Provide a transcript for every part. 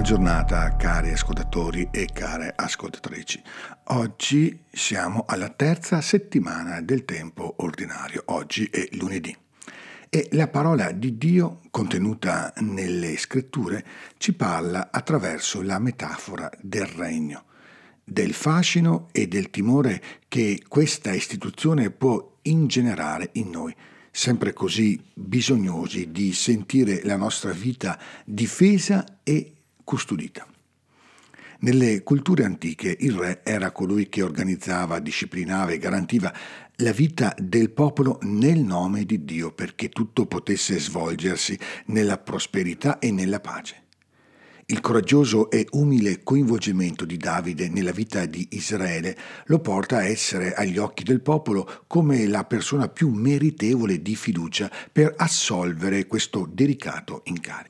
giornata, cari ascoltatori e care ascoltatrici. Oggi siamo alla terza settimana del tempo ordinario. Oggi è lunedì. E la parola di Dio, contenuta nelle scritture, ci parla attraverso la metafora del regno, del fascino e del timore che questa istituzione può ingenerare in noi, sempre così bisognosi di sentire la nostra vita difesa e custodita. Nelle culture antiche il re era colui che organizzava, disciplinava e garantiva la vita del popolo nel nome di Dio perché tutto potesse svolgersi nella prosperità e nella pace. Il coraggioso e umile coinvolgimento di Davide nella vita di Israele lo porta a essere agli occhi del popolo come la persona più meritevole di fiducia per assolvere questo delicato incarico.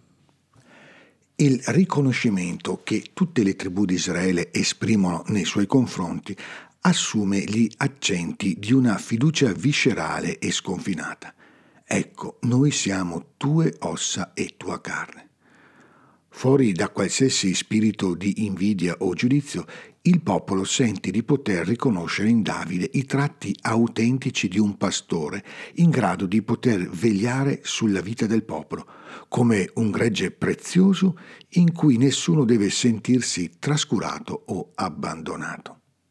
Il riconoscimento che tutte le tribù di Israele esprimono nei suoi confronti assume gli accenti di una fiducia viscerale e sconfinata. Ecco, noi siamo tue ossa e tua carne. Fuori da qualsiasi spirito di invidia o giudizio, il popolo sente di poter riconoscere in Davide i tratti autentici di un pastore in grado di poter vegliare sulla vita del popolo, come un gregge prezioso in cui nessuno deve sentirsi trascurato o abbandonato.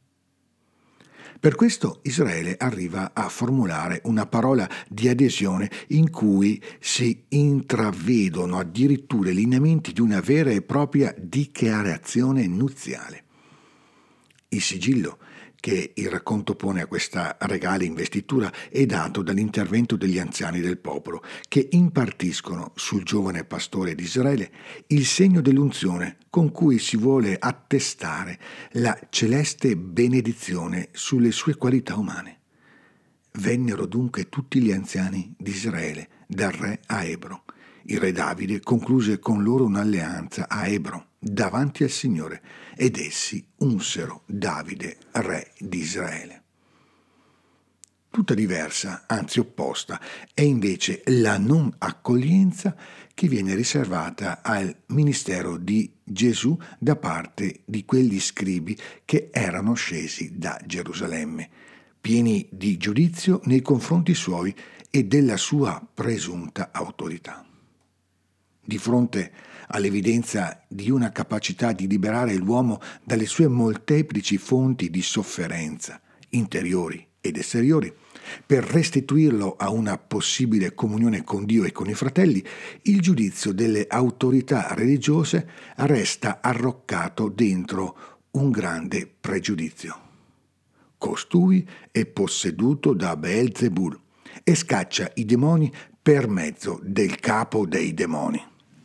Per questo Israele arriva a formulare una parola di adesione in cui si intravedono addirittura i lineamenti di una vera e propria dichiarazione nuziale. Il sigillo che il racconto pone a questa regale investitura è dato dall'intervento degli anziani del popolo, che impartiscono sul giovane pastore di Israele il segno dell'unzione con cui si vuole attestare la celeste benedizione sulle sue qualità umane. Vennero dunque tutti gli anziani di Israele dal re a Ebro. Il re Davide concluse con loro un'alleanza a Ebro davanti al Signore ed essi unsero Davide re di Israele. Tutta diversa, anzi opposta, è invece la non accoglienza che viene riservata al ministero di Gesù da parte di quegli scribi che erano scesi da Gerusalemme, pieni di giudizio nei confronti suoi e della sua presunta autorità. Di fronte all'evidenza di una capacità di liberare l'uomo dalle sue molteplici fonti di sofferenza, interiori ed esteriori, per restituirlo a una possibile comunione con Dio e con i fratelli, il giudizio delle autorità religiose resta arroccato dentro un grande pregiudizio. Costui è posseduto da Beelzebul e scaccia i demoni per mezzo del capo dei demoni.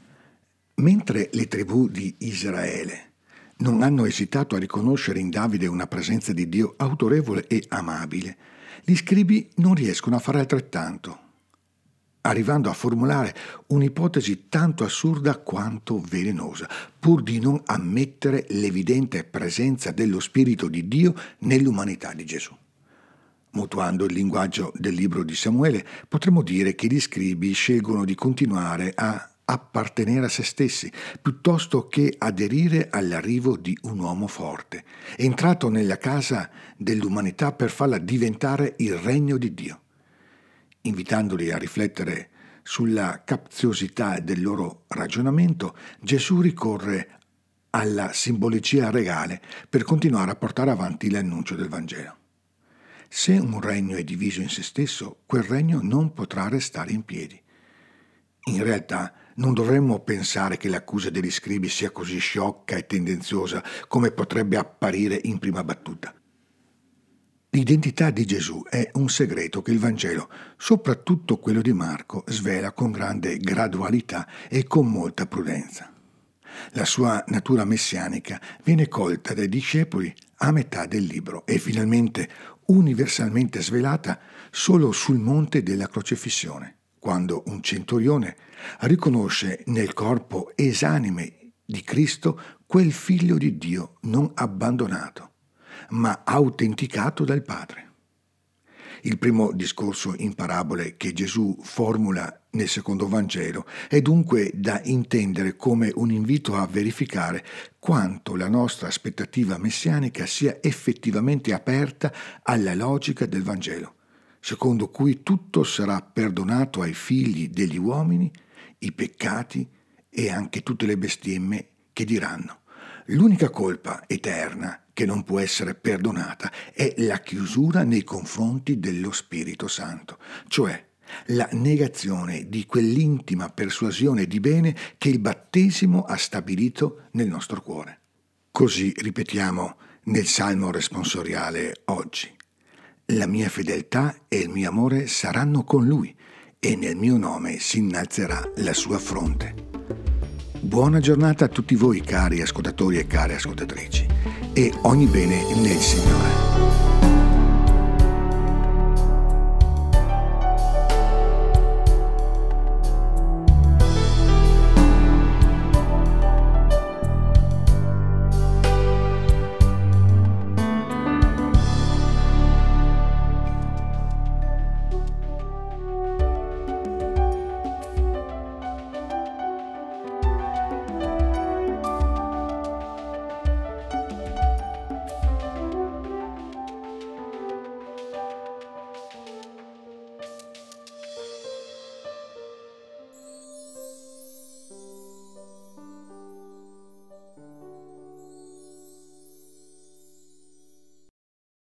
Mentre le tribù di Israele non hanno esitato a riconoscere in Davide una presenza di Dio autorevole e amabile, gli scribi non riescono a fare altrettanto, arrivando a formulare un'ipotesi tanto assurda quanto velenosa, pur di non ammettere l'evidente presenza dello Spirito di Dio nell'umanità di Gesù. Mutuando il linguaggio del libro di Samuele, potremmo dire che gli scribi scelgono di continuare a appartenere a se stessi, piuttosto che aderire all'arrivo di un uomo forte, entrato nella casa dell'umanità per farla diventare il regno di Dio. Invitandoli a riflettere sulla capziosità del loro ragionamento, Gesù ricorre alla simbologia regale per continuare a portare avanti l'annuncio del Vangelo. Se un regno è diviso in se stesso, quel regno non potrà restare in piedi. In realtà non dovremmo pensare che l'accusa degli scribi sia così sciocca e tendenziosa come potrebbe apparire in prima battuta. L'identità di Gesù è un segreto che il Vangelo, soprattutto quello di Marco, svela con grande gradualità e con molta prudenza. La sua natura messianica viene colta dai discepoli a metà del libro e finalmente universalmente svelata solo sul monte della crocefissione, quando un centurione riconosce nel corpo esanime di Cristo quel figlio di Dio non abbandonato, ma autenticato dal Padre. Il primo discorso in parabole che Gesù formula nel secondo Vangelo è dunque da intendere come un invito a verificare quanto la nostra aspettativa messianica sia effettivamente aperta alla logica del Vangelo, secondo cui tutto sarà perdonato ai figli degli uomini, i peccati e anche tutte le bestemmie che diranno. L'unica colpa eterna che non può essere perdonata è la chiusura nei confronti dello Spirito Santo, cioè la negazione di quell'intima persuasione di bene che il battesimo ha stabilito nel nostro cuore. Così ripetiamo nel Salmo responsoriale oggi: la mia fedeltà e il mio amore saranno con lui e nel mio nome si innalzerà la sua fronte. Buona giornata a tutti voi cari ascoltatori e care ascoltatrici e ogni bene nel Signore.